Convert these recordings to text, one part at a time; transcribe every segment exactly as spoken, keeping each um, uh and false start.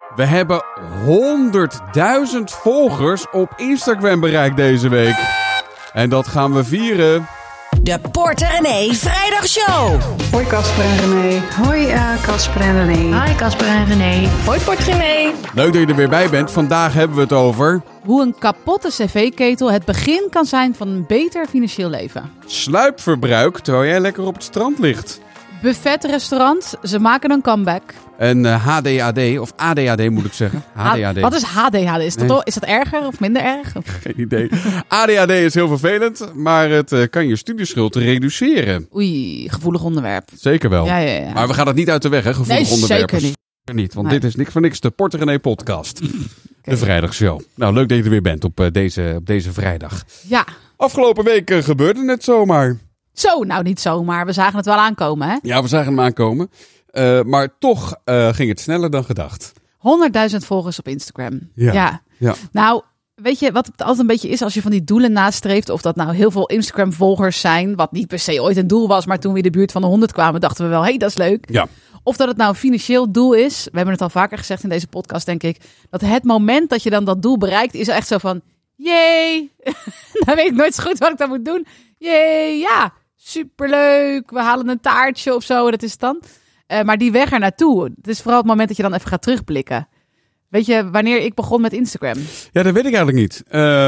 We hebben honderdduizend volgers op Instagram bereikt deze week. En dat gaan we vieren. De Port en René Vrijdagshow. Hoi Casper en René. Hoi Casper uh, en René. Hi Casper en René. Hoi Port René. Leuk dat je er weer bij bent. Vandaag hebben we het over... hoe een kapotte cv-ketel het begin kan zijn van een beter financieel leven. Sluipverbruik terwijl jij lekker op het strand ligt. Buffetrestaurants, ze maken een comeback. En uh, H D A D, of A D A D moet ik zeggen. H D A D. Wat is H D H D? Is dat, Nee. is dat erger of minder erg? Geen idee. A D A D is heel vervelend, maar het uh, kan je studieschuld reduceren. Oei, gevoelig onderwerp. Zeker wel. Ja, ja, ja. Maar we gaan het niet uit de weg, hè? Gevoelig Nee, onderwerpen. zeker niet. Zeker niet, want Nee. dit is niks voor niks de Port en René podcast. Okay. De Vrijdagshow. Nou, leuk dat je er weer bent op, uh, deze, op deze vrijdag. Ja. Afgelopen week uh, gebeurde het zomaar. Zo, nou niet zomaar. We zagen het wel aankomen, hè? Ja, we zagen hem aankomen. Uh, maar toch uh, ging het sneller dan gedacht. honderdduizend volgers op Instagram. Ja. ja. Ja. Nou, weet je wat het altijd een beetje is als je van die doelen nastreeft? Of dat nou heel veel Instagram-volgers zijn, wat niet per se ooit een doel was, maar toen we in de buurt van de honderd kwamen, dachten we wel, hé, hey, dat is leuk. Ja. Of dat het nou een financieel doel is. We hebben het al vaker gezegd in deze podcast, denk ik. Dat het moment dat je dan dat doel bereikt, is echt zo van, jee. Dan weet ik nooit zo goed wat ik dan moet doen. Jee, ja, superleuk. We halen een taartje of zo, dat is het dan. Uh, maar die weg er naartoe, het is vooral het moment dat je dan even gaat terugblikken. Weet je, wanneer ik begon met Instagram? Ja, dat weet ik eigenlijk niet.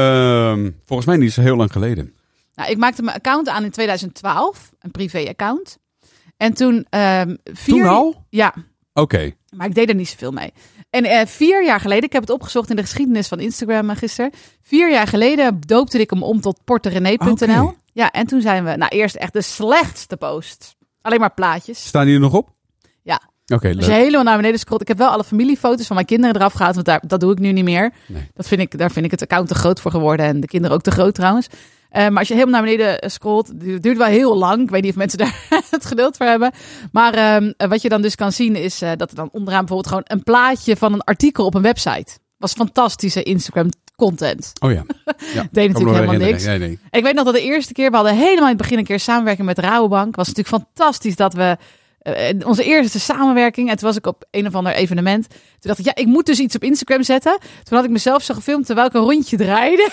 Uh, volgens mij niet zo heel lang geleden. Nou, ik maakte mijn account aan in tweeduizend twaalf, een privé-account. En toen... Um, vier... Toen al? Ja. Oké. Okay. Maar ik deed er niet zoveel mee. En uh, vier jaar geleden, ik heb het opgezocht in de geschiedenis van Instagram uh, gisteren. Vier jaar geleden doopte ik hem om tot porterenee punt n l. Okay. Ja, en toen zijn we, nou eerst echt de slechtste post. Alleen maar plaatjes. Staan die er nog op? Ja. Oké, okay, Als je helemaal naar beneden scrolt. Ik heb wel alle familiefoto's van mijn kinderen eraf gehaald, want daar, dat doe ik nu niet meer. Nee. Dat vind ik, daar vind ik het account te groot voor geworden en de kinderen ook te groot trouwens. Uh, maar als je helemaal naar beneden scrolt, het duurt wel heel lang. Ik weet niet of mensen daar het geduld voor hebben. Maar um, wat je dan dus kan zien is uh, dat er dan onderaan bijvoorbeeld gewoon een plaatje van een artikel op een website. Was fantastische Instagram content. Oh ja. ja. Deed natuurlijk helemaal niks. Nee, nee. Ik weet nog dat de eerste keer, we hadden helemaal in het begin een keer samenwerking met de Rabobank. Was natuurlijk fantastisch dat we... Uh, onze eerste samenwerking. En toen was ik op een of ander evenement. Toen dacht ik, ja, ik moet dus iets op Instagram zetten. Toen had ik mezelf zo gefilmd terwijl ik een rondje draaide.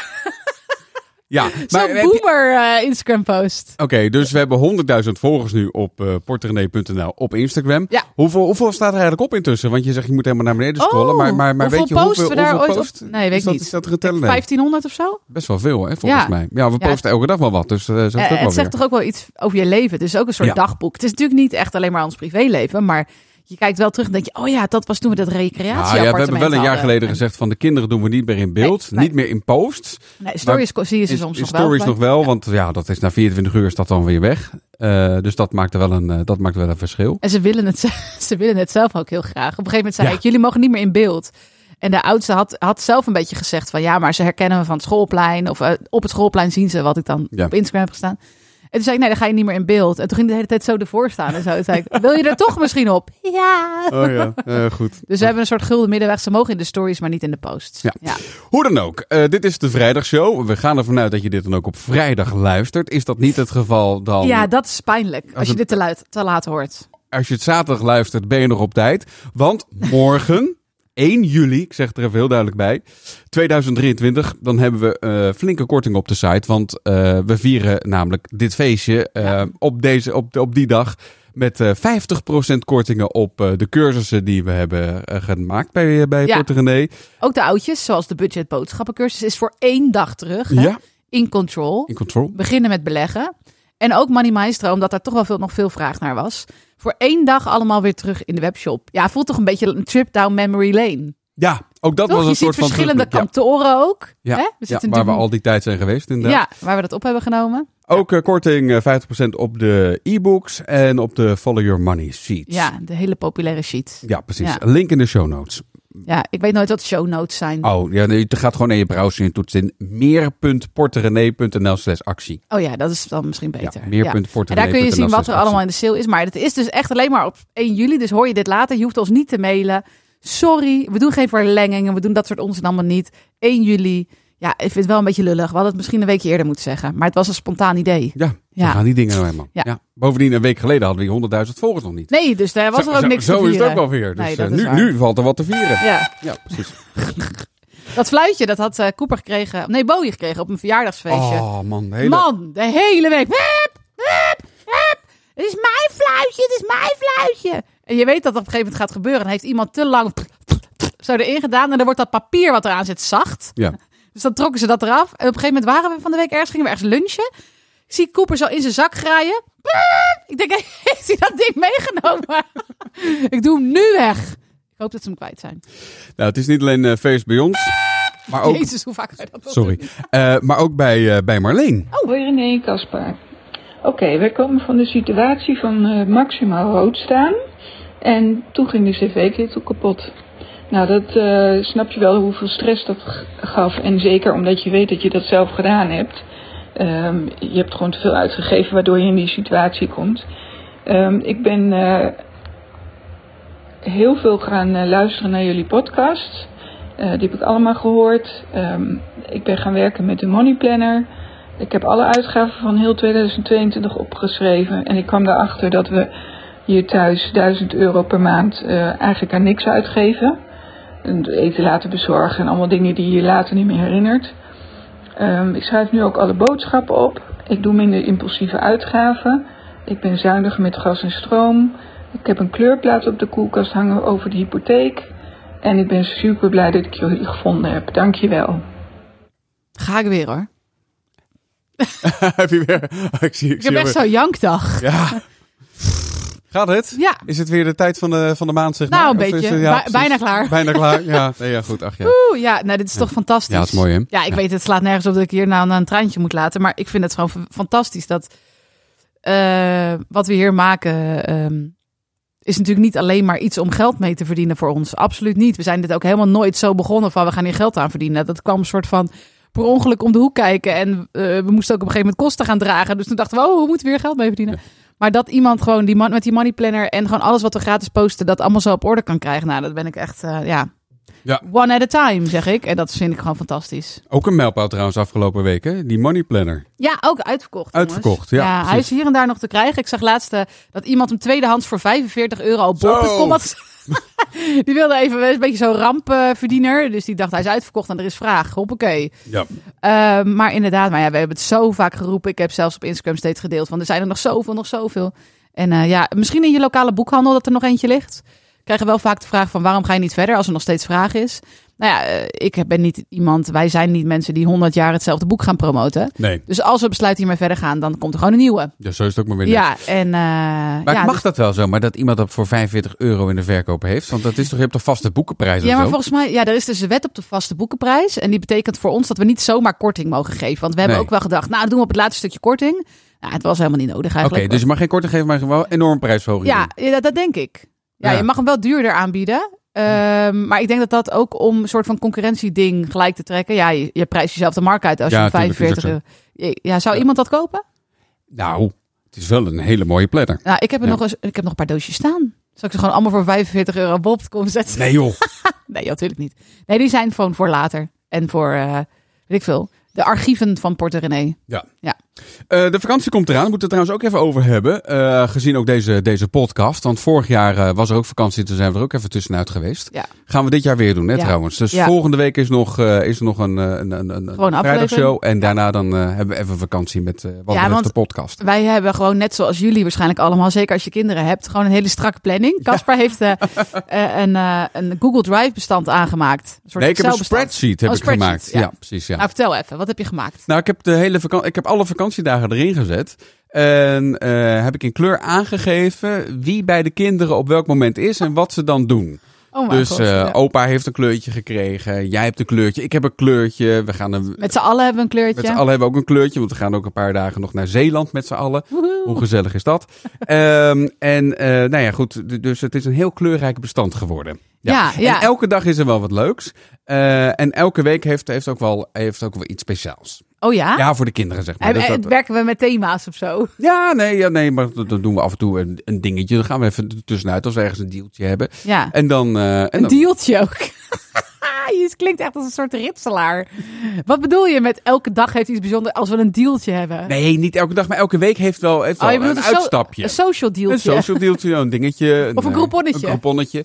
Ja, maar zo'n boomer uh, Instagram post. Oké, okay, dus we hebben honderdduizend volgers nu op uh, porterenee punt n l op Instagram. Ja. Hoeveel, hoeveel staat er eigenlijk op intussen? Want je zegt je moet helemaal naar beneden scrollen. Oh, maar maar, maar weet je hoeveel, we daar hoeveel ooit post? Op? Nee, weet is dat, ik niet. Is dat getellen? Nee. vijftienhonderd of zo? Best wel veel, hè, volgens ja. mij. Ja, we ja. posten elke dag wel wat. Dus uh, zo is het, uh, ook het wel zegt weer. toch ook wel iets over je leven. Dus ook een soort ja. dagboek. Het is natuurlijk niet echt alleen maar ons privéleven, maar... Je kijkt wel terug en denk je, oh ja, dat was toen we dat recreatieappartement ja, ja, we hebben wel een jaar hadden. geleden gezegd van de kinderen doen we niet meer in beeld. Nee, nee. Niet meer in posts. Nee, stories maar, zie je ze soms in, nog in wel. Stories nog wel, want ja, dat is na vierentwintig uur is dat dan weer weg. Uh, dus dat maakt wel een, uh, dat maakt wel een verschil. En ze willen, het, ze willen het zelf ook heel graag. Op een gegeven moment zei ja. ik, jullie mogen niet meer in beeld. En de oudste had, had zelf een beetje gezegd van ja, maar ze herkennen me van het schoolplein. Of uh, op het schoolplein zien ze wat ik dan ja. op Instagram heb gestaan. En toen zei ik, nee, dan ga je niet meer in beeld. En toen ging de hele tijd zo ervoor staan. En zo. Toen zei ik, wil je er toch misschien op? Ja. Oh ja, uh, goed. Dus we hebben een soort gulden middenweg. Ze mogen in de stories, maar niet in de posts. Ja. Ja. Hoe dan ook, uh, dit is de Vrijdagshow. We gaan ervan uit dat je dit dan ook op vrijdag luistert. Is dat niet het geval dan... Ja, dat is pijnlijk. Als, als je het, dit te, luid, te laat hoort. Als je het zaterdag luistert, ben je nog op tijd. Want morgen... één juli, ik zeg er even heel duidelijk bij, tweeduizend drieëntwintig, dan hebben we uh, flinke korting op de site. Want uh, we vieren namelijk dit feestje uh, ja. op, deze, op, op die dag met uh, vijftig procent kortingen op uh, de cursussen die we hebben uh, gemaakt bij, bij ja. Porterenee. Ook de oudjes, zoals de budget boodschappencursus, is voor één dag terug. Hè? Ja. In control. In control. Beginnen met beleggen. En ook Money Maestro, omdat daar toch wel veel, nog veel vraag naar was. Voor één dag allemaal weer terug in de webshop. Ja, voelt toch een beetje een trip down memory lane. Ja, ook dat toch? was een je soort van... Je ziet verschillende ja. kantoren ook. Ja, hè? We ja waar we al die tijd zijn geweest inderdaad. Ja, waar we dat op hebben genomen. Ook uh, korting uh, vijftig procent op de e-books en op de Follow Your Money sheets. Ja, de hele populaire sheet. Ja, precies. Ja. Link in de show notes. Ja, ik weet nooit wat show notes zijn. Oh, ja, je gaat gewoon in je browser en toetst in meer punt porterenee punt n l slash actie. Oh ja, dat is dan misschien beter. Ja, meer punt porterenee En daar kun je zien wat er actie. allemaal in de sale is. Maar het is dus echt alleen maar op één juli. Dus hoor je dit later. Je hoeft ons niet te mailen. Sorry, we doen geen verlengingen. We doen dat soort onzin allemaal niet. één juli. Ja, ik vind het wel een beetje lullig. We hadden het misschien een weekje eerder moeten zeggen. Maar het was een spontaan idee. Ja, Ja. we gaan die dingen nou helemaal. Ja. Ja. Bovendien, een week geleden hadden we die honderdduizend volgers nog niet. Nee, dus daar was Zo- er ook zo- niks Zo te is vieren. het ook alweer. Dus Nee, dat eh, is nu, waar. nu valt er wat te vieren. Ja, Ja, precies. dat fluitje, dat had uh, Cooper gekregen. Nee, Bowie gekregen op een verjaardagsfeestje. Oh man, de hele... Man, de hele week. Hup, hup, hup. Het is mijn fluitje, het is mijn fluitje. En je weet dat dat op een gegeven moment gaat gebeuren. Dan heeft iemand te lang zo erin gedaan. En dan wordt dat papier wat eraan zit zacht. Ja. Dus dan trokken ze dat eraf. En op een gegeven moment waren we van de week ergens, gingen we ergens lunchen. Ik zie Cooper zo in zijn zak graaien. Ik denk, heeft hij dat ding meegenomen? Ik doe hem nu weg. Ik hoop dat ze hem kwijt zijn. Nou, het is niet alleen uh, feest bij ons, maar ook... Jezus, hoe vaak ga je dat nog Sorry. doen? Uh, maar ook bij, uh, bij Marleen. Hoi René, Caspar. Oké, okay, wij komen van de situatie van uh, maximaal rood staan. En toen ging de cv-ketel kapot. Nou, dat uh, snap je wel hoeveel stress dat g- gaf. En zeker omdat je weet dat je dat zelf gedaan hebt. Um, je hebt gewoon te veel uitgegeven waardoor je in die situatie komt. Um, ik ben uh, heel veel gaan uh, luisteren naar jullie podcast. Uh, die heb ik allemaal gehoord. Um, ik ben gaan werken met de Money Planner. Ik heb alle uitgaven van heel tweeduizend tweeëntwintig opgeschreven. En ik kwam daarachter dat we hier thuis duizend euro per maand uh, eigenlijk aan niks uitgeven. En eten laten bezorgen en allemaal dingen die je later niet meer herinnert. Um, ik schrijf nu ook alle boodschappen op. Ik doe minder impulsieve uitgaven. Ik ben zuiniger met gas en stroom. Ik heb een kleurplaat op de koelkast hangen over de hypotheek. En ik ben super blij dat ik jullie gevonden heb. Dank je wel. Ga ik weer hoor. Heb je weer... ik zie, ik Ik zie heb echt alweer- zo'n jankdag. Ja. Gaat het? Ja. Is het weer de tijd van de, van de maand, zeg maar? Nou, een Of is beetje. het- ja, Bij- precies. bijna klaar. Bijna klaar, ja. Nee, ja, goed. Ach ja. Oeh, ja, nou, dit is toch fantastisch. Ja, dat is mooi, hè? Ja, ik Ja. weet, het slaat nergens op dat ik hier nou een traantje moet laten. Maar ik vind het gewoon f- fantastisch dat uh, wat we hier maken um, is natuurlijk niet alleen maar iets om geld mee te verdienen voor ons. Absoluut niet. We zijn dit ook helemaal nooit zo begonnen van we gaan hier geld aan verdienen. Dat kwam een soort van per ongeluk om de hoek kijken. En uh, we moesten ook op een gegeven moment kosten gaan dragen. Dus toen dachten we, oh, hoe moeten we weer geld mee verdienen? Ja. Maar dat iemand gewoon die man, met die money planner en gewoon alles wat we gratis posten, dat allemaal zo op orde kan krijgen. Nou, dat ben ik echt, uh, ja... Ja. One at a time, zeg ik. En dat vind ik gewoon fantastisch. Ook een mijlpaal trouwens afgelopen week, hè? Die Money Planner. Ja, ook uitverkocht. Uitverkocht, jongens. ja, ja hij precies. is hier en daar nog te krijgen. Ik zag laatst uh, dat iemand hem tweedehands voor vijfenveertig euro op bol punt com had. Die wilde even een beetje zo'n rampverdiener. Uh, dus die dacht, hij is uitverkocht en er is vraag. Hoppakee. Ja. Uh, maar inderdaad, maar ja, we hebben het zo vaak geroepen. Ik heb zelfs op Instagram steeds gedeeld van er zijn er nog zoveel, nog zoveel. En uh, ja, misschien in je lokale boekhandel dat er nog eentje ligt. Krijgen wel vaak de vraag van waarom ga je niet verder als er nog steeds vraag is. Nou ja, uh, ik ben niet iemand, wij zijn niet mensen die honderd jaar hetzelfde boek gaan promoten. Nee. Dus als we besluiten hiermee verder gaan, dan komt er gewoon een nieuwe. Ja, zo is het ook maar weer net. Ja, en uh, Maar ja, mag dus, dat wel zo, maar dat iemand dat voor vijfenveertig euro in de verkoop heeft? Want dat is toch, je hebt toch vaste boekenprijs ja, of maar zo? volgens mij, ja, er is dus een wet op de vaste boekenprijs. En die betekent voor ons dat we niet zomaar korting mogen geven. Want we hebben Nee. ook wel gedacht, nou, dat doen we op het laatste stukje korting. Nou, het was helemaal niet nodig Oké, eigenlijk. dus je mag geen korting geven, maar wel enorm prijsverhoging Ja, doen. ja, dat denk ik. Ja, Ja. je mag hem wel duurder aanbieden. Um, maar ik denk dat dat ook om een soort van concurrentieding gelijk te trekken. Ja, je, je prijst jezelf de markt uit als Ja, je tuurlijk, is vijfenveertig ook euro. Ja, zou Ja. iemand dat kopen? Nou, het is wel een hele mooie planner. Nou, ik heb er Ja. nog eens, ik heb nog een paar doosjes staan. Zal ik ze gewoon allemaal voor vijfenveertig euro op bol punt com zetten? Nee joh. Nee, natuurlijk niet. Nee, die zijn gewoon voor later. En voor, uh, weet ik veel, de archieven van Porter René. Ja. Ja. Uh, de vakantie komt eraan. We moeten het trouwens ook even over hebben. Uh, gezien ook deze, deze podcast. Want vorig jaar uh, was er ook vakantie. Toen zijn we er ook even tussenuit geweest. Ja. Gaan we dit jaar weer doen, hè, Ja. trouwens. Dus Ja. volgende week is, nog, uh, is er nog een, een, een, een Gewoon een vrijdagshow. En Ja. daarna dan uh, hebben we even vakantie met uh, wat Ja, betreft want- de podcast. Wij hebben gewoon, net zoals jullie waarschijnlijk allemaal, zeker als je kinderen hebt, gewoon een hele strakke planning. Caspar heeft uh, uh, een, uh, een Google Drive bestand aangemaakt. Een soort Nee, ik heb een Excel-bestand. spreadsheet heb Oh, ik spreadsheet, gemaakt. ja. Ja, precies. Ja. Nou, vertel even, wat heb je gemaakt? Nou, ik heb de hele vakantie, ik heb alle vakantiedagen erin gezet. En uh, heb ik in kleur aangegeven wie bij de kinderen op welk moment is en wat ze dan doen. Oh mijn Dus god. uh, ja. opa heeft een kleurtje gekregen, jij hebt een kleurtje, ik heb een kleurtje. We gaan een, Met z'n allen hebben we een kleurtje. met z'n allen hebben we ook een kleurtje, want we gaan ook een paar dagen nog naar Zeeland met z'n allen. Woehoe. Hoe gezellig is dat? um, en uh, nou ja, goed, d- dus het is een heel kleurrijk bestand geworden. Ja, ja. En elke dag is er wel wat leuks. Uh, en elke week heeft, heeft, ook wel, heeft ook wel iets speciaals. Oh ja? Ja, voor de kinderen zeg maar. En, Dus en dat- werken we met thema's of zo? Ja, nee, ja, nee, maar dan dan doen we af en toe een, een dingetje. Dan gaan we even tussenuit als we ergens een dealtje hebben. Ja. En dan... Uh, en Een dan dealtje ook. Je is klinkt echt als een soort ritselaar. Wat bedoel je met elke dag heeft iets bijzonders als we een dealtje hebben? Nee, niet elke dag, maar elke week heeft wel, heeft wel Oh, je een bedoelt een, so- uitstapje. een social dealtje. Een social dealtje, een dingetje. Of een eh, couponnetje. Een couponnetje.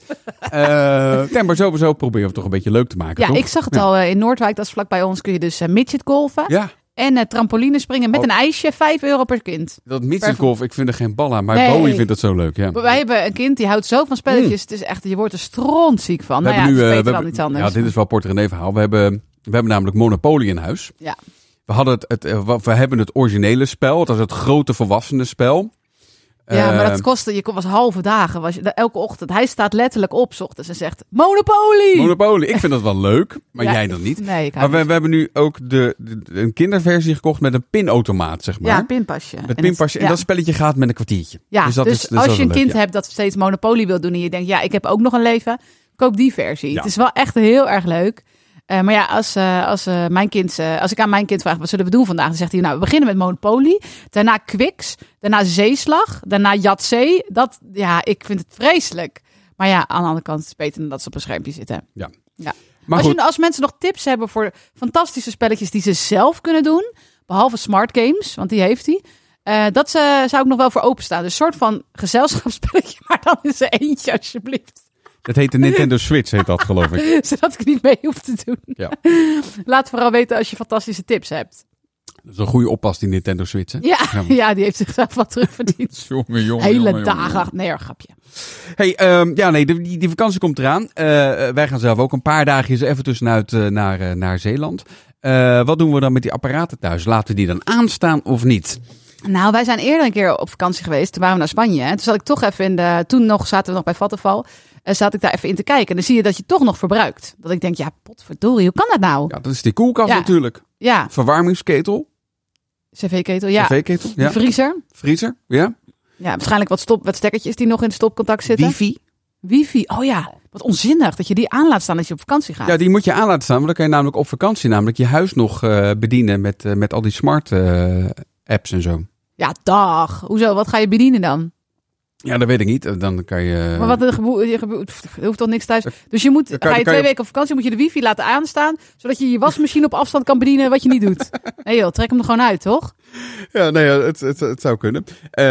uh, nee, maar sowieso proberen we het toch een beetje leuk te maken, Ja, toch? ik zag het Ja. al uh, in Noordwijk, dat is vlakbij ons, kun je dus uh, midget golfen. Ja, En uh, trampoline springen met Oh. een ijsje, vijf euro per kind. dat midgetgolf, ik vind er geen bal aan. Maar Nee. Bowie vindt dat zo leuk, ja. Maar wij hebben een kind die houdt zo van spelletjes. Het is echt, je wordt er strontziek van. We nou ja, hebben nu, het is eh, beter we dan hebben- iets anders. Ja, dit is wel Porter René verhaal. We hebben, we hebben namelijk Monopoly in huis. Ja. We hadden het, het, eh, we hebben het originele spel. Dat is het grote volwassenenspel. Ja, maar Eh, dat kostte, je kon- was halve dagen. Was je, elke ochtend. Hij staat letterlijk op 's ochtends en zegt, Monopoly! Monopoly, ik vind dat wel leuk, maar Ja, jij dan niet. Nee, ik Maar hou we, niet. we hebben nu ook de, de, een kinderversie gekocht met een pinautomaat, zeg maar. Ja, pinpasje. Met En pinpasje. het- En ja. dat spelletje gaat met een kwartiertje. Ja, dus dat dus is, dat is als wel je een leuk, kind ja. hebt dat steeds Monopoly wil doen en je denkt, ja, ik heb ook nog een leven, koop die versie. Ja. Het is wel echt heel erg leuk. Uh, maar ja, als, uh, als, uh, mijn kind, uh, als ik aan mijn kind vraag, wat zullen we doen vandaag? Dan zegt hij, nou, we beginnen met Monopoly, daarna Quicks, daarna Zeeslag, daarna Yatzee. Dat, ja, ik vind het vreselijk. Maar ja, aan de andere kant is het beter dan dat ze op een schermpje zitten. Ja. Ja. Maar als, goed, je, als mensen nog tips hebben voor fantastische spelletjes die ze zelf kunnen doen, behalve Smart Games, want die heeft hij. Uh, dat uh, zou ik nog wel voor openstaan. Dus een soort van gezelschapsspelletje, maar dan is er eentje alsjeblieft. dat heet de Nintendo Switch, heet dat geloof ik. Zodat ik niet mee hoef te doen. Ja. Laat vooral weten als je fantastische tips hebt. Dat is een goede oppas, die Nintendo Switch, hè? Ja, ja die heeft zichzelf wat terugverdiend. Jongen, jongen, Hele jongen, jongen. dagen. Nee, hoor, grapje. Hey, um, ja, nee, de, die, die vakantie komt eraan. Uh, wij gaan zelf ook een paar dagjes even tussenuit uh, naar, uh, naar Zeeland. Uh, wat doen we dan met die apparaten thuis? Laten we die dan aanstaan of niet? Nou, wij zijn eerder een keer op vakantie geweest. Toen waren we naar Spanje. En toen zat ik toch even in de... Toen nog zaten we nog bij Vattenfall. En zat ik daar even in te kijken. En dan zie je dat je toch nog verbruikt. Dat ik denk, ja, potverdorie, hoe kan dat nou? Ja, dat is die koelkast Ja. natuurlijk. Ja, Verwarmingsketel. cv-ketel, ja. cv-ketel. De Ja. vriezer. Vriezer. Ja. Ja, waarschijnlijk wat, stop, wat stekkertjes die nog in het stopcontact zitten. Wifi. Wifi, oh ja. Wat onzinnig dat je die aan laat staan als je op vakantie gaat. Ja, die moet je aan laten staan. Want dan kan je namelijk op vakantie namelijk je huis nog uh, bedienen met, uh, met al die smart uh, apps en zo. Ja, dag. Hoezo? Wat ga je bedienen dan? Ja, dat weet ik niet. Dan kan je... Maar wat er gebo- je gebo- pff, er hoeft toch niks thuis. Dus je moet, Dan kan- ga je dan kan twee je- weken op vakantie, moet je de wifi laten aanstaan, zodat je je wasmachine op afstand kan bedienen, wat je niet doet. Nee joh, trek hem er gewoon uit, toch? Ja, nee, ja, het, het, het zou kunnen.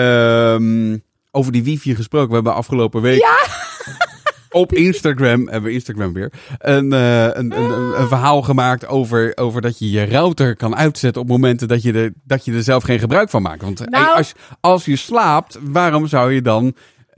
Um, over die wifi gesproken. We hebben afgelopen week... Ja! Op Instagram, hebben we Instagram weer, een, uh, een, een, een, een verhaal gemaakt over, over dat je je router kan uitzetten op momenten dat je, er, dat je er zelf geen gebruik van maakt. Want Nou. als, als je slaapt, waarom zou je dan uh,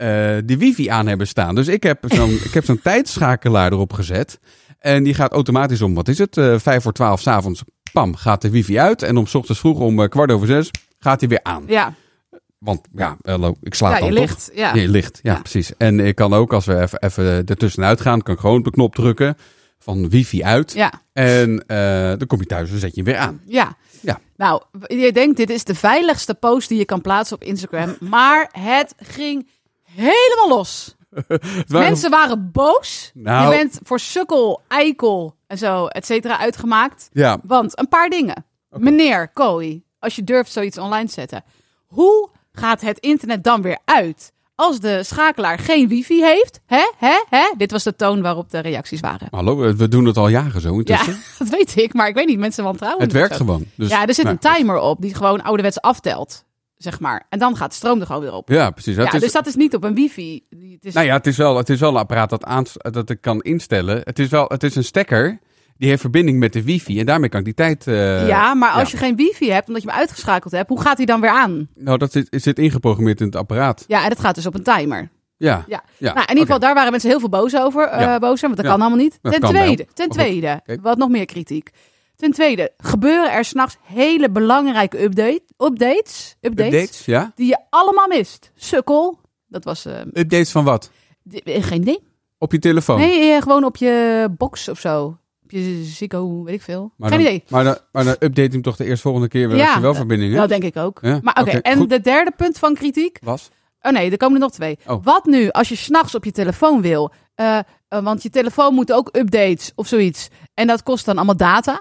de wifi aan hebben staan? Dus ik heb zo'n, ik heb zo'n tijdschakelaar erop gezet en die gaat automatisch om, wat is het, uh, vijf voor twaalf 's avonds, pam, gaat de wifi uit en om 's ochtends vroeg om uh, kwart over zes gaat hij weer aan. Ja, Want ja, hallo, ik slaap ja dan je toch? ligt. Ja. Ja, je ligt, ja, Ja. precies. En ik kan ook, als we even, even ertussenuit gaan, kan ik gewoon op de knop drukken van wifi uit. Ja. En uh, dan kom je thuis en dan zet je hem weer aan. Ja. Ja. Nou, je denkt dit is de veiligste post die je kan plaatsen op Instagram, maar het ging helemaal los. Het waren- Mensen waren boos. Nou. Je bent voor sukkel, eikel en zo, et cetera, uitgemaakt. Ja, Want een paar dingen. Oké. Meneer Kooi, als je durft zoiets online te zetten. Hoe gaat het internet dan weer uit als de schakelaar geen wifi heeft? Hè? Hè? Hè? Dit was de toon waarop de reacties waren. hallo, we doen het al jaren zo Ja, intussen. dat weet ik, maar ik weet niet, mensen wantrouwen Het het werkt of zo. gewoon. Dus, Ja, er zit nou, een timer op die gewoon ouderwets aftelt, zeg maar. En dan gaat de stroom er gewoon weer op. Ja, precies. Ja, Het is, dus dat is niet op een wifi. Het is... Nou ja, het is wel, het is wel een apparaat dat, aan, dat ik kan instellen. Het is, wel, het is een stekker, die heeft verbinding met de wifi. En daarmee kan ik die tijd... Uh, ja, maar als ja. je geen wifi hebt, omdat je hem uitgeschakeld hebt, hoe gaat hij dan weer aan? Nou, dat zit, zit ingeprogrammeerd in het apparaat. Ja, en dat gaat dus op een timer. Ja. Ja. Ja, Nou, in ieder geval, oké. daar waren mensen heel veel boos over. Uh, Ja. boos zijn, want dat Ja. kan allemaal niet. Dat Ten kan tweede, wel. ten Maar goed, tweede oké. wat nog meer kritiek. Ten tweede, gebeuren er s'nachts hele belangrijke update, updates, updates, Updates, ja? die je allemaal mist. Sukkel, dat was uh, Updates van wat? di- eh, geen idee. Op je telefoon? Nee, eh, gewoon op je box of zo. Op je Ziggo, weet ik veel. Maar geen dan, idee. Maar dan, maar dan update je hem toch de eerstvolgende keer weer Ja, als je wel verbinding hebt? Dat denk ik ook. Ja, Maar oké, oké, en goed. de derde punt van kritiek. Was? Oh nee, er komen er nog twee. Oh. Wat nu als je s'nachts op je telefoon wil? Uh, uh, want je telefoon moet ook updates of zoiets. En dat kost dan allemaal data.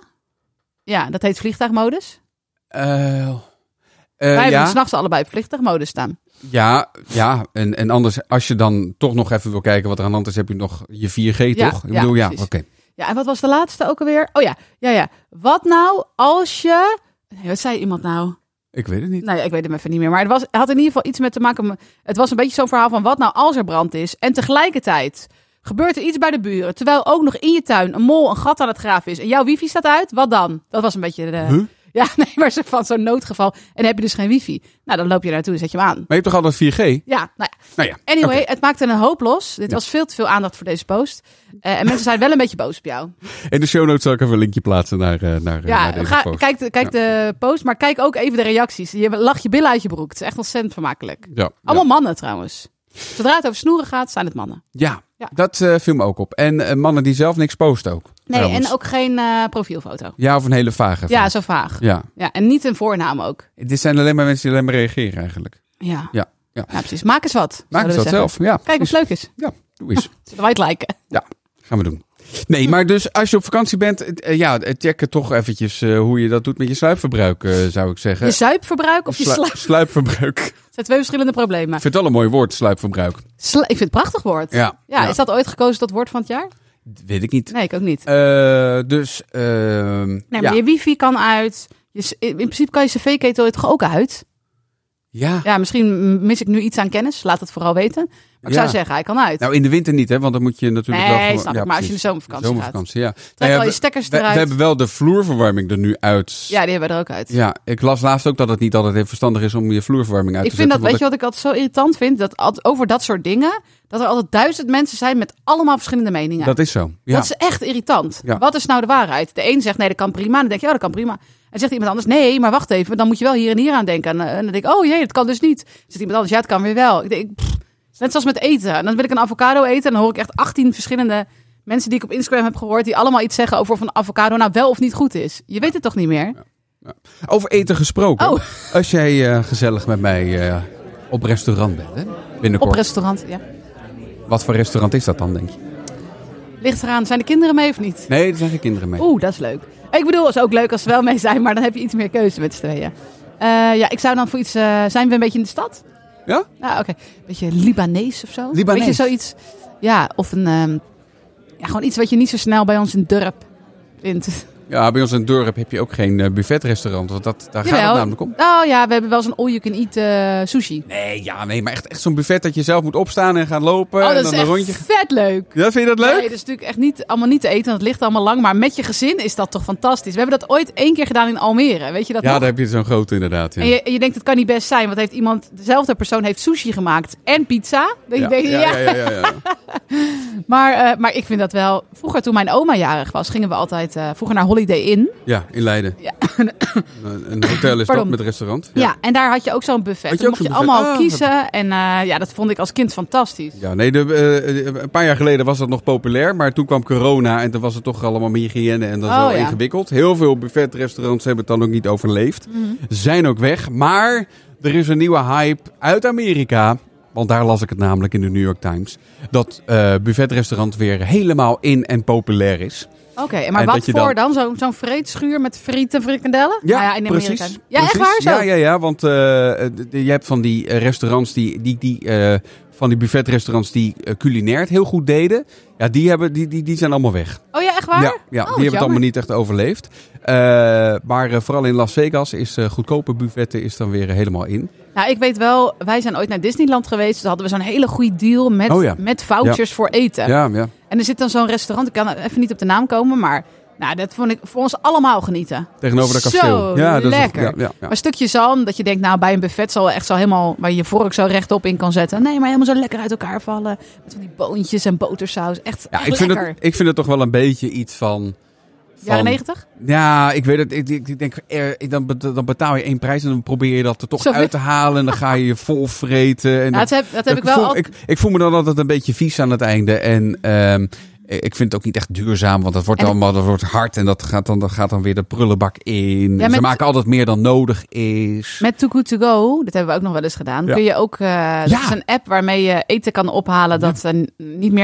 Ja, dat heet vliegtuigmodus. Uh, uh, Wij hebben ja, s'nachts allebei op vliegtuigmodus staan. ja, ja. En, en anders, als je dan toch nog even wil kijken wat er aan de hand is, heb je nog je vier G, Ja, toch? Ik ja, bedoel, ja, precies. oké. Ja, en wat was de laatste ook alweer? Oh ja, ja, ja. Wat nou als je... Nee, wat zei iemand nou? Ik weet het niet. Nee, ik weet hem even niet meer. Maar het, was, het had in ieder geval iets met te maken... Met, het was een beetje zo'n verhaal van wat nou als er brand is. En tegelijkertijd gebeurt er iets bij de buren. Terwijl ook nog in je tuin een mol een gat aan het graven is. En jouw wifi staat uit. Wat dan? Dat was een beetje de... Huh? Ja, nee, maar ze van zo'n noodgeval. En dan heb je dus geen wifi. Nou, dan loop je naartoe en zet je hem aan. Maar je hebt toch altijd vier G? Ja, nou ja. Nou ja. Anyway, Oké. het maakte een hoop los. Dit Ja. was veel te veel aandacht voor deze post. Uh, en mensen zijn wel een beetje boos op jou. In de show notes zal ik even een linkje plaatsen naar, uh, naar, uh, Ja, naar deze ga, post. kijk, de, kijk de post, maar kijk ook even de reacties. Je lacht je billen uit je broek. Het is echt ontzettend vermakelijk. Ja, Allemaal ja. mannen trouwens. Zodra het over snoeren gaat, zijn het mannen. Ja, Ja. dat uh, viel me ook op. En uh, mannen die zelf niks posten ook. Nee, trouwens. en ook geen uh, profielfoto. Ja, of een hele vage. Ja, foto. zo vaag. Ja. Ja, en niet een voornaam ook. Dit zijn alleen maar mensen die alleen maar reageren eigenlijk. Ja, Ja, ja. ja precies. Maak eens wat. Maak zouden eens we dat zeggen. zelf. Ja, Kijk of het leuk is. ja, doe eens. Zullen wij het liken? Ja, gaan we doen. Nee, maar dus als je op vakantie bent, uh, ja, check het toch eventjes uh, hoe je dat doet met je sluipverbruik, uh, zou ik zeggen. Je zuipverbruik of je Slu- sluip? Sluipverbruik. Dat zijn twee verschillende problemen. Ik vind het wel een mooi woord, sluipverbruik. Slu- ik vind het een prachtig woord. Ja, Ja, ja. is dat ooit gekozen tot woord van het jaar? Weet ik niet. Nee, ik ook niet. Uh, dus, uh, Nee, maar ja. je wifi kan uit. Je, s- in principe kan je cv-ketel toch ook uit? Ja. Ja, misschien mis ik nu iets aan kennis. Laat het vooral weten. Maar ik Ja. zou zeggen, hij kan uit. Nou, in de winter niet, hè, want dan moet je natuurlijk Nee, wel gewoon... snap ik, maar als je in de zomervakantie zomervakantie, ja. Trek Nou ja, al je we- stekkers we, eruit. we hebben wel de vloerverwarming er nu uit. Ja, die hebben we er ook uit. Ja, ik las laatst ook dat het niet altijd even verstandig is om je vloerverwarming uit Ik te vind dat, zetten. weet je wat ik altijd zo irritant vind? Dat al- over dat soort dingen, dat er altijd duizend mensen zijn met allemaal verschillende meningen. Dat is zo, ja. Dat is echt irritant. Ja. Wat is nou de waarheid? De een zegt nee, dat kan prima. Dan denk je, oh, dat kan prima. En zegt iemand anders, nee, maar wacht even. Dan moet je wel hier en hier aan denken. En, eh, en dan denk ik, oh jee, dat kan dus niet. Zegt iemand anders, ja, het kan weer wel. Ik denk, pff, net zoals met eten. En dan wil ik een avocado eten. En dan hoor ik echt achttien verschillende mensen die ik op Instagram heb gehoord, die allemaal iets zeggen over of een avocado nou wel of niet goed is. Je weet het toch niet meer? Over eten gesproken. Oh. Als jij uh, gezellig met mij uh, op restaurant bent, hè? Binnenkort. Op restaurant, ja. Wat voor restaurant is dat dan, denk je? Ligt eraan, zijn de kinderen mee of niet? Nee, er zijn geen kinderen mee. Oeh, dat is leuk. Ik bedoel, het is ook leuk als ze wel mee zijn, maar dan heb je iets meer keuze met z'n tweeën. Uh, ja, ik zou dan voor iets... Uh, zijn we een beetje in de stad? Ja? Ja, oké. Okay. Beetje Libanees of zo? Libanees? Beetje zoiets. Ja, of een... Um, ja, gewoon iets wat je niet zo snel bij ons in het dorp vindt. Ja, bij ons in het dorp heb je ook geen uh, buffetrestaurant. Want dat, daar Jawel. gaat het namelijk om. Oh ja, we hebben wel eens een all-you-can-eat uh, sushi. Nee, ja, nee, maar echt, echt zo'n buffet dat je zelf moet opstaan en gaan lopen. Oh, en dat dan is een echt rondje. vet leuk. Ja, vind je dat leuk? Nee, dat is natuurlijk echt niet, allemaal niet te eten, want het ligt allemaal lang. Maar met je gezin is dat toch fantastisch. We hebben dat ooit één keer gedaan in Almere. Weet je dat Ja, nog? daar heb je zo'n grote inderdaad. Ja. En je, je denkt, het kan niet best zijn. Want heeft iemand, dezelfde persoon heeft sushi gemaakt en pizza. Dat je ja, denkt, ja, ja. ja, ja, ja, ja. Maar, uh, maar ik vind dat wel... Vroeger, toen mijn oma jarig was, gingen we altijd uh, vroeger naar Holiday Inn. Ja, in Leiden. Ja. Een, een hotel is Pardon. dat met restaurant. Ja. ja, en daar had je ook zo'n buffet. Had je Dan ook mocht je zo'n buffet? allemaal Ah, kiezen. En uh, ja, dat vond ik als kind fantastisch. Ja, nee, de, uh, een paar jaar geleden was dat nog populair. Maar toen kwam corona en toen was het toch allemaal meer hygiëne. En dat is Oh, wel ja. ingewikkeld. Heel veel buffetrestaurants hebben het dan ook niet overleefd. Mm-hmm. Zijn ook weg. Maar er is een nieuwe hype uit Amerika. Want daar las ik het namelijk in de New York Times. Dat uh, buffetrestaurant weer helemaal in en populair is. Oké, okay, maar En wat dat je voor dan- dan? Zo, zo'n vreetschuur met friet en frikandellen? Ja, Nou ja, in Amerika. precies. Ja, echt precies. waar zo? Ja, ja, ja, want uh, de- de- je hebt van die uh, restaurants die, die, die uh, van die buffetrestaurants die uh, culinair het heel goed deden. Ja, die, hebben, die, die, die zijn allemaal weg. Oh ja, echt waar? Ja, ja Oh, die wat hebben het allemaal jammer. niet echt overleefd. Uh, maar uh, vooral in Las Vegas is uh, goedkope buffetten is dan weer uh, helemaal in. Nou, ik weet wel, wij zijn ooit naar Disneyland geweest. Toen hadden we zo'n hele goede deal met, Oh ja. met vouchers voor eten. Ja, ja. En er zit dan zo'n restaurant, ik kan even niet op de naam komen, maar nou, dat vond ik voor ons allemaal genieten. Tegenover dat Zo kasteel. Ja, dat lekker. Is, ja, ja, ja. Maar een stukje zalm, dat je denkt, nou bij een buffet zal echt zo helemaal, waar je je vork zo rechtop in kan zetten. Nee, maar helemaal zo lekker uit elkaar vallen. Met van die boontjes en botersaus. Echt, Ja, echt ik vind, lekker. het, ik vind het toch wel een beetje iets van... van Jaren negentig? Ja, ik weet het. Ik, ik, ik denk, er, dan, bet- dan betaal je één prijs en dan probeer je dat er toch Zo uit te halen. En dan ga je je vol vreten. En Ja, dat heb, dat heb ik wel voel, altijd... ik, ik voel me dan altijd een beetje vies aan het einde. En um, ik vind het ook niet echt duurzaam. Want dat wordt En allemaal dat wordt hard. En dat gaat dan, dat gaat dan weer de prullenbak in. Ja, Ze met- maken altijd meer dan nodig is. Met Too Good To Go, dat hebben we ook nog wel eens gedaan. Ja. Kun je ook, uh, dat Ja. is een app waarmee je eten kan ophalen dat uh, niet meer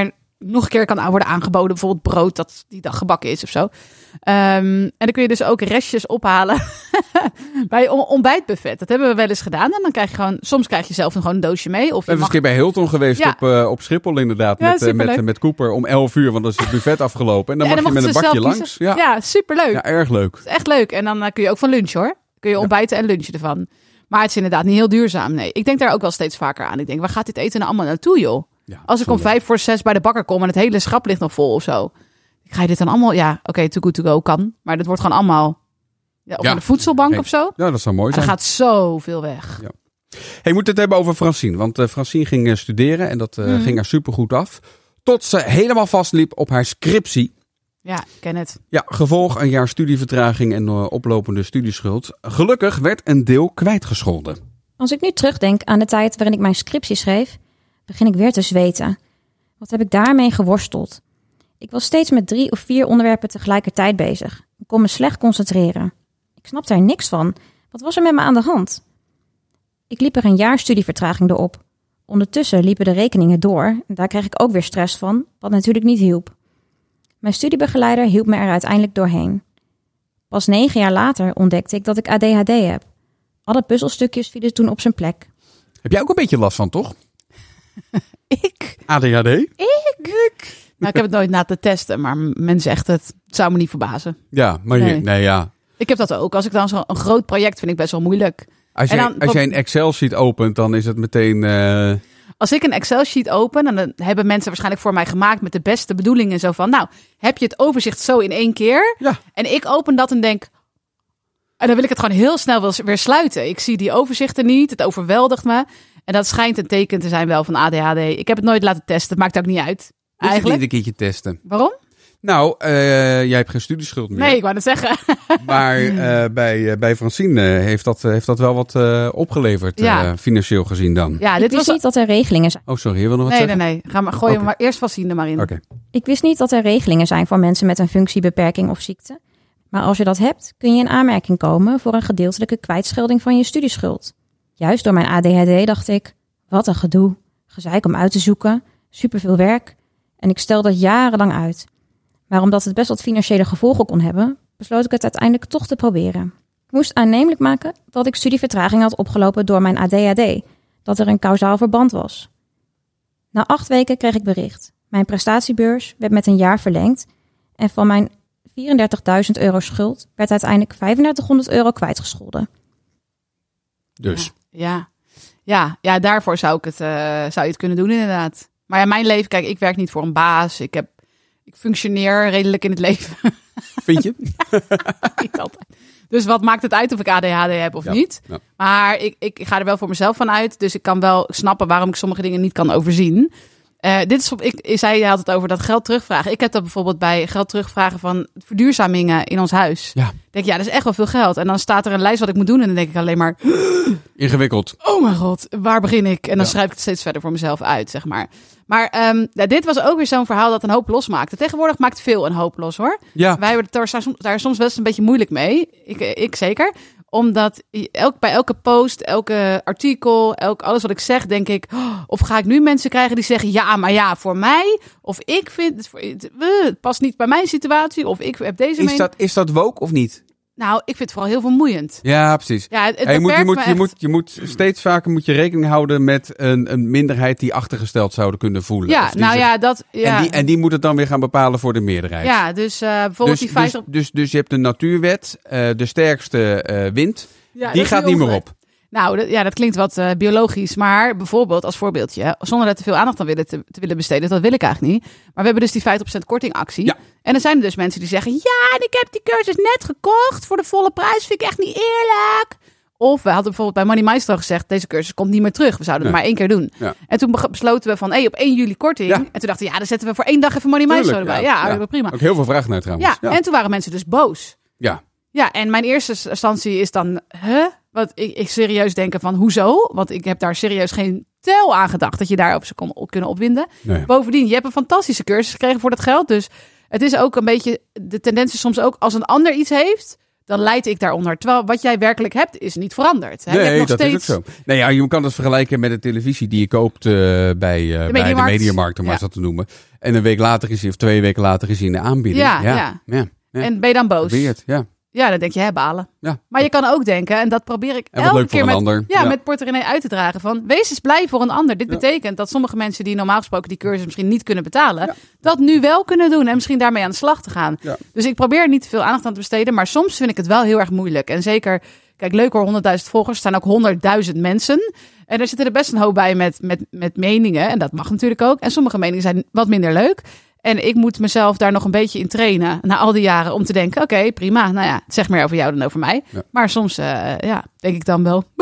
nog een keer kan worden aangeboden. Bijvoorbeeld brood dat die dag gebakken is of zo. Um, en dan kun je dus ook restjes ophalen bij on- ontbijtbuffet. Dat hebben we wel eens gedaan. En dan krijg je gewoon, soms krijg je zelf een, gewoon een doosje mee. Of je We zijn mag... een keer bij Hilton geweest Ja. op, uh, op Schiphol inderdaad. Ja, met, uh, met, uh, met Cooper om elf uur, want dan is het buffet afgelopen. En dan Ja, mag je met een mochten ze bakje zelf langs. kiezen. Ja. Ja, superleuk. ja, erg leuk. Het is echt leuk. En dan uh, kun je ook van lunchen hoor. Kun je ontbijten en lunchen ervan. Maar het is inderdaad niet heel duurzaam. Nee, ik denk daar ook wel steeds vaker aan. Ik denk, waar gaat dit eten nou allemaal naartoe, joh? Ja, Als ik om zonde. vijf voor zes bij de bakker kom en het hele schap ligt nog vol of zo. Ga je dit dan allemaal... Ja, oké, okay, too good to go kan. Maar dat wordt gewoon allemaal... Ja, of Ja. aan de voedselbank Nee. of zo. Ja, dat zou mooi Er zijn. gaat zoveel weg. Ja. Hey, je moet het hebben over Francine. Want uh, Francine ging uh, studeren en dat uh, Mhm. ging haar supergoed af. Tot ze helemaal vastliep op haar scriptie. Ja, ik ken het. Ja, gevolg een jaar studievertraging en uh, oplopende studieschuld. Gelukkig werd een deel kwijtgescholden. Als ik nu terugdenk aan de tijd waarin ik mijn scriptie schreef, begin ik weer te zweten. Wat heb ik daarmee geworsteld? Ik was steeds met drie of vier onderwerpen tegelijkertijd bezig. Ik kon me slecht concentreren. Ik snapte er niks van. Wat was er met me aan de hand? Ik liep er een jaar studievertraging door op. Ondertussen liepen de rekeningen door en daar kreeg ik ook weer stress van, wat natuurlijk niet hielp. Mijn studiebegeleider hielp me er uiteindelijk doorheen. Pas negen jaar later ontdekte ik dat ik A D H D heb. Alle puzzelstukjes vielen toen op zijn plek. Heb jij ook een beetje last van, toch? Ik? A D H D? Ik? Nou, ik heb het nooit na te testen, maar men zegt het. Het zou me niet verbazen. Ja, maar je, Nee. nee, ja. Ik heb dat ook. Als ik dan zo'n een groot project vind ik best wel moeilijk. Als En jij, dan- als jij een Excel-sheet opent, dan is het meteen... Uh... Als ik een Excel-sheet open, en dan hebben mensen waarschijnlijk voor mij gemaakt met de beste bedoelingen. Zo van, nou, heb je het overzicht zo in één keer? Ja. En ik open dat en denk... En dan wil ik het gewoon heel snel wel weer sluiten. Ik zie die overzichten niet, het overweldigt me. En dat schijnt een teken te zijn wel van A D H D. Ik heb het nooit laten testen, het maakt ook niet uit. Moet je het Eigenlijk. niet een keertje testen? Waarom? Nou, uh, jij hebt geen studieschuld meer. Nee, ik wou het zeggen. Maar uh, bij, uh, bij Francine uh, heeft, dat, uh, heeft dat wel wat uh, opgeleverd, Ja. uh, financieel gezien dan. Ja, Ik dit wist was... niet dat er regelingen zijn. Oh, sorry, je wil nog wat Nee, nee, zeggen? nee. Ga maar, gooi Oké. hem maar eerst Francine er maar in. Oké. Ik wist niet dat er regelingen zijn voor mensen met een functiebeperking of ziekte. Maar als je dat hebt, kun je in aanmerking komen voor een gedeeltelijke kwijtschelding van je studieschuld. Juist door mijn A D H D dacht ik, wat een gedoe. Gezeik om uit te zoeken, superveel werk. En ik stel dat jarenlang uit. Maar omdat het best wat financiële gevolgen kon hebben, besloot ik het uiteindelijk toch te proberen. Ik moest aannemelijk maken dat ik studievertraging had opgelopen door mijn A D H D. Dat er een kausaal verband was. Na acht weken kreeg ik bericht. Mijn prestatiebeurs werd met een jaar verlengd. En van mijn vierendertigduizend euro schuld werd uiteindelijk vijfendertighonderd euro kwijtgescholden. Dus. Ja. Ja, ja, daarvoor zou, ik het, uh, zou je het kunnen doen inderdaad. Maar ja, mijn leven, kijk, ik werk niet voor een baas. Ik, heb, ik functioneer redelijk in het leven. Vind je? Niet altijd. Dus wat maakt het uit of ik A D H D heb of Ja, niet? ja. Maar ik, ik ga er wel voor mezelf van uit. Dus ik kan wel snappen waarom ik sommige dingen niet kan overzien. Uh, dit is op, ik, ik zei, je had het over dat geld terugvragen. Ik heb dat bijvoorbeeld bij geld terugvragen van verduurzamingen in ons huis. Ja. Ik denk, ja, dat is echt wel veel geld. En dan staat er een lijst wat ik moet doen. En dan denk ik alleen maar, Ingewikkeld. oh mijn god, waar begin ik? En dan Ja. schrijf ik het steeds verder voor mezelf uit, zeg maar. Maar um, ja, dit was ook weer zo'n verhaal dat een hoop losmaakte. Tegenwoordig maakt veel een hoop los, hoor. Ja. Wij hebben het daar, soms- daar soms wel eens een beetje moeilijk mee. Ik, ik zeker. Omdat elk, bij elke post, elke artikel, elk, alles wat ik zeg, denk ik... Oh, of ga ik nu mensen krijgen die zeggen... ja, maar ja, voor mij. Of ik vind het, het, het past niet bij mijn situatie. Of ik heb deze Is mening. dat, is dat woke of niet? Nou, ik vind het vooral heel vermoeiend. Ja, precies. Ja, het, het Ja, je, moet, je, beperkt moet, me je, echt. moet, je moet steeds vaker moet je rekening houden met een, een minderheid die achtergesteld zouden kunnen voelen. Ja, Of die nou zich- ja, dat... Ja. En, die, en die moet het dan weer gaan bepalen voor de meerderheid. Ja, dus uh, bijvoorbeeld dus, die dus, vijftig... dus, dus je hebt een natuurwet, uh, de sterkste uh, wint, Ja, dat die is gaat niet meer ongelijk. op. Nou, dat, ja, dat klinkt wat uh, biologisch. Maar bijvoorbeeld als voorbeeldje, zonder er te veel aandacht aan willen te, te willen besteden, dat wil ik eigenlijk niet. Maar we hebben dus die vijftig procent kortingactie. Ja. En dan zijn er dus mensen die zeggen, ja, en ik heb die cursus net gekocht voor de volle prijs, vind ik echt niet eerlijk. Of we hadden bijvoorbeeld bij Money Maestro gezegd, deze cursus komt niet meer terug. We zouden het Nee. maar één keer doen. Ja. En toen be- besloten we van, hé, hey, op één juli korting. Ja. En toen dachten we, ja, dan zetten we voor één dag even Money Maestro Tuurlijk, erbij. Ja, ja. prima. Ook heel veel vragen naar trouwens. Ja, en toen waren mensen dus boos. ja. Ja, en mijn eerste instantie is dan, huh? Wat ik, ik serieus denken van, hoezo? Want ik heb daar serieus geen tel aan gedacht dat je daarop zou kon, kunnen opwinden. Nee. Bovendien, je hebt een fantastische cursus gekregen voor dat geld. Dus het is ook een beetje, de tendens is soms ook, als een ander iets heeft, dan leid ik daaronder. Terwijl wat jij werkelijk hebt, is niet veranderd. Hè? Je hebt Nee, nog dat steeds... is ook zo. Nou ja, je kan het vergelijken met de televisie die je koopt uh, bij, uh, bij de Mediamarkt. Mediamarkt, om maar Ja. eens dat te noemen. En een week later is hij, of twee weken later is hij in de aanbieding. Ja, ja. ja. ja. ja. En ben je dan boos? Weird, ja. Ja, dan denk je, hè, balen. Ja. Maar je kan ook denken, en dat probeer ik En wat elke leuk voor keer een met, ander. Ja, Ja. met Porter René uit te dragen. Van, wees eens blij voor een ander. Dit Ja. betekent dat sommige mensen die normaal gesproken die cursus misschien niet kunnen betalen, Ja. dat nu wel kunnen doen en misschien daarmee aan de slag te gaan. Ja. Dus ik probeer niet te veel aandacht aan te besteden, maar soms vind ik het wel heel erg moeilijk. En zeker, kijk, leuk hoor, honderdduizend volgers, er staan ook honderdduizend mensen. En er zitten er best een hoop bij met, met, met meningen. En dat mag natuurlijk ook. En sommige meningen zijn wat minder leuk. En ik moet mezelf daar nog een beetje in trainen na al die jaren om te denken, oké, okay, prima. Nou ja, het zegt meer over jou dan over mij. Ja. Maar soms uh, ja, denk ik dan wel,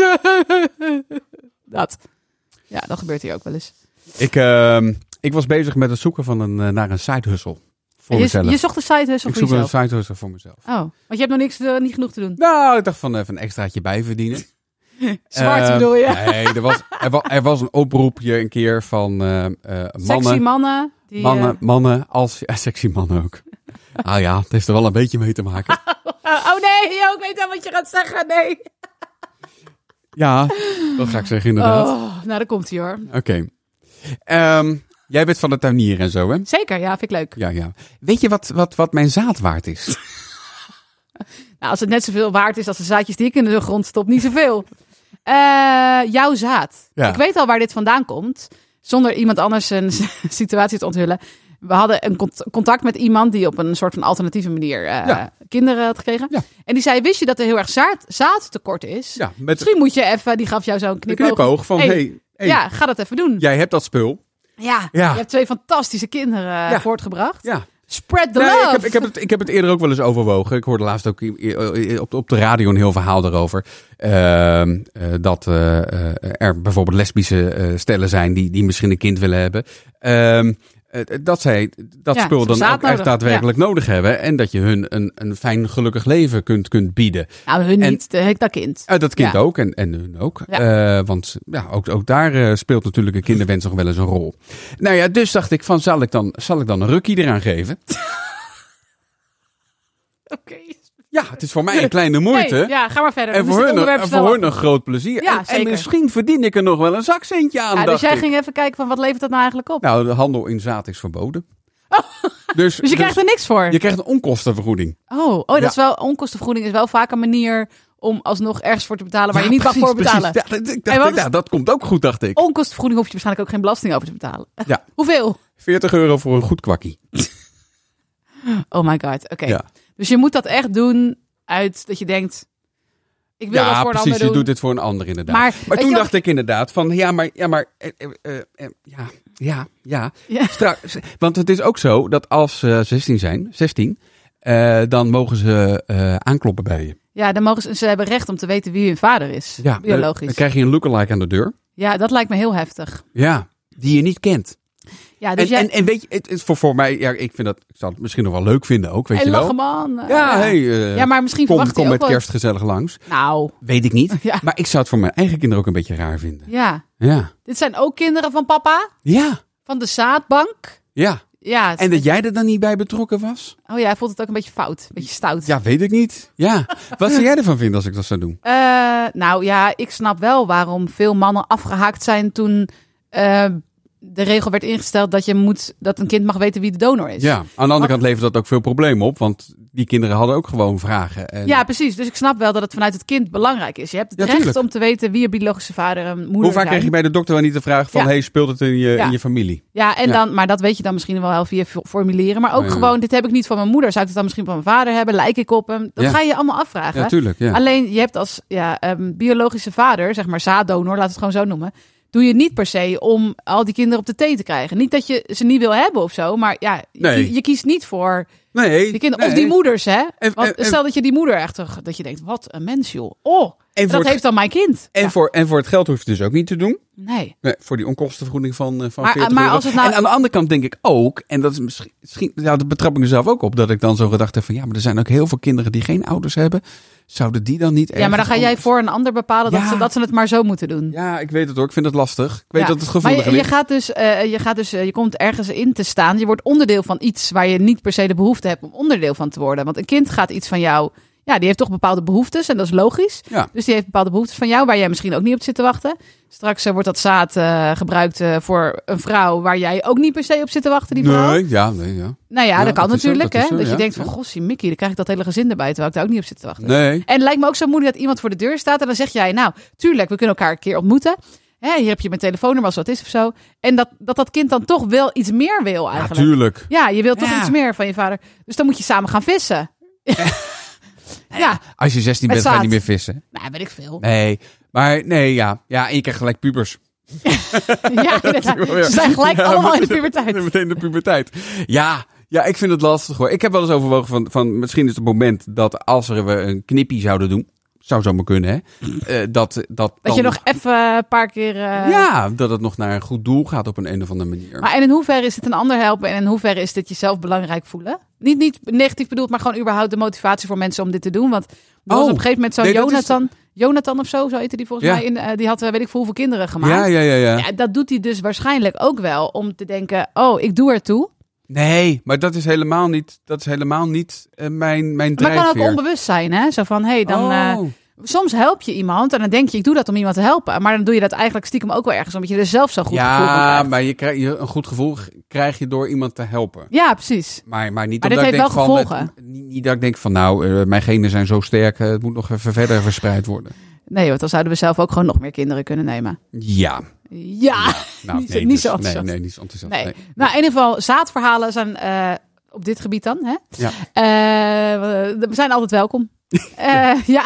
dat. Ja, dat gebeurt hier ook wel eens. Ik, uh, ik was bezig met het zoeken van een, uh, naar een side hustle. Voor je, mezelf. je zocht een side hustle ik voor zoek jezelf? een side hustle voor mezelf. Oh, want je hebt nog niks, uh, niet genoeg te doen. Nou, ik dacht van even een extraatje bijverdienen. Zwart Uh, bedoel je? Nee, er was, er, was, er was een oproepje een keer van uh, uh, mannen. Sexy mannen. Die, mannen, uh... mannen als... Ja, sexy mannen ook. Ah ja, het heeft er wel een beetje mee te maken. Oh nee, ik weet al wat je gaat zeggen. Nee. Ja, dat ga ik zeggen inderdaad. Oh, nou, daar komt hij hoor. Oké. Okay. Um, jij bent van de tuinier en zo, hè? Zeker, ja, vind ik leuk. Ja, ja. Weet je wat, wat, wat mijn zaad waard is? Nou, als het net zoveel waard is als de zaadjes die ik in de grond stop, niet zoveel. Uh, jouw zaad. Ja. Ik weet al waar dit vandaan komt. Zonder iemand anders een situatie te onthullen. We hadden een contact met iemand die op een soort van alternatieve manier uh, ja. kinderen had gekregen. Ja. En die zei, wist je dat er heel erg zaad, zaadtekort is? Ja, met Misschien moet je even, die gaf jou zo'n knipoog. knipoog van, hey, hey, hey, ja, ga dat even doen. Jij hebt dat spul. Ja, ja. je hebt twee fantastische kinderen ja. voortgebracht. Ja. Spread the nee, love. Ik heb, ik, heb het, ik heb het eerder ook wel eens overwogen. Ik hoorde laatst ook op, op de radio een heel verhaal daarover. Uh, uh, dat uh, uh, er bijvoorbeeld lesbische uh, stellen zijn die, die misschien een kind willen hebben. Uh, uh, dat zij dat ja, spul dan ook nodig. echt daadwerkelijk ja. nodig hebben. En dat je hun een, een fijn gelukkig leven kunt, kunt bieden. Nou, hun en, niet, de, dat kind. Uh, dat kind ja. ook en, en hun ook. Ja. Uh, want ja, ook, ook daar uh, speelt natuurlijk een kinderwens nog wel eens een rol. Nou ja, dus dacht ik van, zal ik dan, zal ik dan een rukkie eraan geven? Oké. Okay. Ja, het is voor mij een kleine moeite. Nee, ja, ga maar verder. En voor hun, en voor hun een groot plezier. Ja, en, en misschien verdien ik er nog wel een zakcentje aan. Ja, dus jij ik. ging even kijken van wat levert dat nou eigenlijk op? Nou, de handel in zaad is verboden. Oh. Dus, dus je krijgt dus, er niks voor? Je krijgt een onkostenvergoeding. Oh, oh dat ja. is wel, onkostenvergoeding is wel vaak een manier om alsnog ergens voor te betalen waar ja, je niet precies, mag voor betalen. Ja, dat, ik dacht, ja, dat komt ook goed, dacht ik. Onkostenvergoeding hoef je waarschijnlijk ook geen belasting over te betalen. Ja. Hoeveel? veertig euro voor een goed kwakkie. Oh my god, oké. Okay. Ja. Dus je moet dat echt doen uit dat je denkt, ik wil ja, dat voor precies, een ander doen. je doet dit voor een ander inderdaad. Maar, maar toen je, dacht ik inderdaad van, ja, maar, ja, maar, eh, eh, eh, ja, ja, ja. ja. Stra- want het is ook zo dat als ze uh, zestien zijn, zestien, uh, dan mogen ze uh, aankloppen bij je. Ja, dan mogen ze, ze hebben recht om te weten wie hun vader is, ja, biologisch. Dan krijg je een lookalike aan de deur. Ja, dat lijkt me heel heftig. Ja, die je niet kent. Ja, dus en, jij... en, en weet je, het is voor, voor mij, ja, ik vind dat, ik zou het misschien nog wel leuk vinden ook, weet hey, je wel. Lachen man. Ja, hey, uh, ja, maar misschien kom, verwacht kom hij ook met wel... kerst gezellig langs. Nou. Weet ik niet. Ja. Maar ik zou het voor mijn eigen kinderen ook een beetje raar vinden. Ja. Ja. Dit zijn ook kinderen van papa? Ja. Van de zaadbank? Ja. Ja. En dat jij er dan niet bij betrokken was? Oh ja, hij vond het ook een beetje fout. Een beetje stout. Ja, weet ik niet. Ja. Wat zou jij ervan vinden als ik dat zou doen? Uh, nou ja, ik snap wel waarom veel mannen afgehaakt zijn toen... Uh, de regel werd ingesteld dat je moet dat een kind mag weten wie de donor is. Ja, aan de andere kant levert dat ook veel problemen op, want die kinderen hadden ook gewoon vragen. En... Ja, precies. Dus ik snap wel dat het vanuit het kind belangrijk is. Je hebt het ja, recht tuurlijk. om te weten wie je biologische vader en moeder Hoe vaak zijn. krijg je bij de dokter wel niet de vraag van, ja. hey, speelt het in je, ja. in je familie? Ja, en ja. dan, maar dat weet je dan misschien wel via formulieren. Maar ook ja. gewoon, dit heb ik niet van mijn moeder. Zou ik het dan misschien van mijn vader hebben? Lijk ik op hem? Dat ja. ga je allemaal afvragen. Ja, tuurlijk. Ja. Alleen, je hebt als ja, um, biologische vader, zeg maar zaaddonor, laat het gewoon zo noemen... doe je niet per se om al die kinderen op de thee te krijgen. Niet dat je ze niet wil hebben of zo, maar ja, nee. je, je kiest niet voor nee, die kinderen. Nee. Of die moeders, hè? En, Want en, stel dat je die moeder echt, dat je denkt, wat een mens joh. Oh, en dat het, heeft dan mijn kind. En, ja. voor, en voor het geld hoef je het dus ook niet te doen. Nee. nee voor die onkostenvergoeding van, van maar, veertig maar euro. Als het nou... En aan de andere kant denk ik ook, en dat is misschien, misschien ja, dat betrap ik mezelf ook op, dat ik dan zo gedacht heb van ja, maar er zijn ook heel veel kinderen die geen ouders hebben. Zouden die dan niet Ja, maar dan ga jij voor een ander bepalen ja. dat, ze, dat ze het maar zo moeten doen. Ja, ik weet het hoor. Ik vind het lastig. Ik weet ja. dat het gevoelig maar je, je gaat dus, uh, je gaat dus, uh, je komt ergens in te staan. Je wordt onderdeel van iets waar je niet per se de behoefte hebt om onderdeel van te worden. Want een kind gaat iets van jou, ja, die heeft toch bepaalde behoeftes en dat is logisch. Ja. Dus die heeft bepaalde behoeftes van jou waar jij misschien ook niet op zit te wachten. Straks uh, wordt dat zaad uh, gebruikt uh, voor een vrouw waar jij ook niet per se op zit te wachten, die vrouw. Nee, ja, nee, ja. Nou ja, Ja, dat kan dat is zo, natuurlijk, dat is hè. zo, Dat ja, je denkt ja. van, gossie, Mickey, dan krijg ik dat hele gezin erbij, terwijl ik daar ook niet op zit te wachten. Nee. En het lijkt me ook zo moeilijk dat iemand voor de deur staat en dan zeg jij, nou, tuurlijk, we kunnen elkaar een keer ontmoeten. Hè, hier heb je mijn telefoonnummer als wat is of zo. En dat, dat dat kind dan toch wel iets meer wil eigenlijk. Natuurlijk. Ja, je wilt toch Ja. iets meer van je vader. Dus dan moet je samen gaan vissen. Ja, Als je zestien Met bent, ga je zaad. niet meer vissen. nou, weet ik veel. Nee, maar nee, ja. Ja, en je krijgt gelijk pubers. Ja, inderdaad. Ze zijn gelijk Ja, allemaal in de meteen- puberteit. Meteen de puberteit. Ja, ja, ik vind het lastig hoor. Ik heb wel eens overwogen van, van misschien is het moment dat als er we een knippie zouden doen, zou zomaar kunnen hè, uh, dat, dat, Dat dan- je nog even een paar keer... uh, Ja, dat het nog naar een goed doel gaat op een, een of andere manier. Maar en in hoeverre is het een ander helpen en in hoeverre is dit jezelf belangrijk voelen? Niet, niet negatief bedoeld, maar gewoon überhaupt de motivatie voor mensen om dit te doen. Want er was Oh, op een gegeven moment zo'n nee, dat is- Jonathan, Jonathan of zo, zo heette die volgens Ja. mij. In, uh, die had uh, weet ik veel hoeveel kinderen gemaakt. ja, ja, ja, ja. Ja, dat doet hij dus waarschijnlijk ook wel om te denken, oh, ik doe ertoe. Nee, maar dat is helemaal niet, dat is helemaal niet uh, mijn, mijn Maar het kan drijfveer. ook onbewust zijn, hè? Zo van, hé, hey, dan... uh, Oh. soms help je iemand en dan denk je, ik doe dat om iemand te helpen. Maar dan doe je dat eigenlijk stiekem ook wel ergens, omdat je er zelf zo goed gevoel van Ja, krijgt. maar je krijg, je, een goed gevoel krijg je door iemand te helpen. Ja, precies. Maar, maar niet Maar omdat dit ik heeft denk wel van, gevolgen. het- niet, niet dat ik denk van nou, uh, mijn genen zijn zo sterk, uh, het moet nog even verder verspreid worden. Nee, want dan zouden we zelf ook gewoon nog meer kinderen kunnen nemen. Ja. Ja, Nou, Niet zo- nee, niet dus- zo nee, enthousiast. nee, niet zo enthousiast. nee. Nee. Nou, in ieder geval, zaadverhalen zijn uh, op dit gebied dan. Hè? Ja. Uh, we zijn altijd welkom. uh, ja.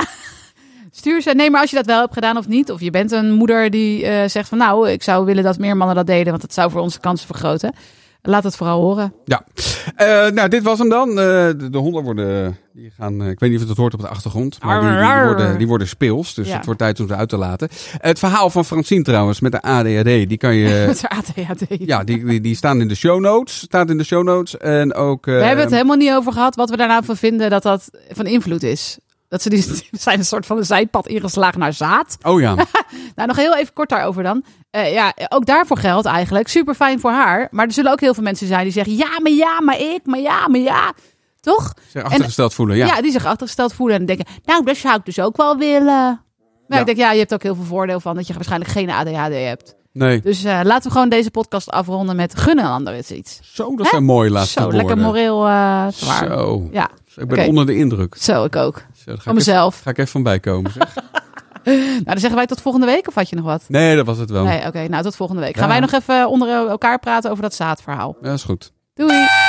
Stuur ze. Nee, maar als je dat wel hebt gedaan of niet. Of je bent een moeder die uh, zegt van nou, ik zou willen dat meer mannen dat deden. Want dat zou voor onze kansen vergroten. Laat het vooral horen. Ja. Uh, nou, dit was hem dan. Uh, de, de honden worden, die gaan, uh, ik weet niet of het hoort op de achtergrond, maar die, die, die, worden, die worden speels. Dus Ja. het wordt tijd om ze uit te laten. Uh, het verhaal van Francine trouwens, met de A D H D, die kan je... Met haar A D H D. Ja, die, die, die staan in de show notes. Staat in de show notes. En ook... Uh, We hebben het helemaal niet over gehad wat we daar nou van vinden dat dat van invloed is. Dat ze die we zijn een soort van een zijpad ingeslagen naar zaad. Oh ja. Nou, nog heel even kort daarover dan. Uh, ja, ook daarvoor geldt eigenlijk. Super fijn voor haar. Maar er zullen ook heel veel mensen zijn die zeggen... Ja, maar ja, maar ik, maar ja, maar ja. Toch? Zich achtergesteld voelen, ja. Ja, die zich achtergesteld voelen en denken... Nou, dat zou ik dus ook wel willen. Maar Ja. ik denk, ja, je hebt ook heel veel voordeel van... dat je waarschijnlijk geen A D H D hebt. Nee. Dus uh, laten we gewoon deze podcast afronden met... gunnen een ander eens iets. Zo, dat zijn mooie laatste Zo, woorden. lekker moreel uh, zwaar. Zo. Ja, Ik ben Oké. onder de indruk. zo, ik ook. Zo, daar ga Van ik mezelf. Even, ga ik even van bijkomen, zeg. Nou, dan zeggen wij tot volgende week of had je nog wat? Nee, dat was het wel. Nee, oké. nou, tot volgende week. Gaan Ja. wij nog even onder elkaar praten over dat zaadverhaal. Ja, dat is goed. Doei!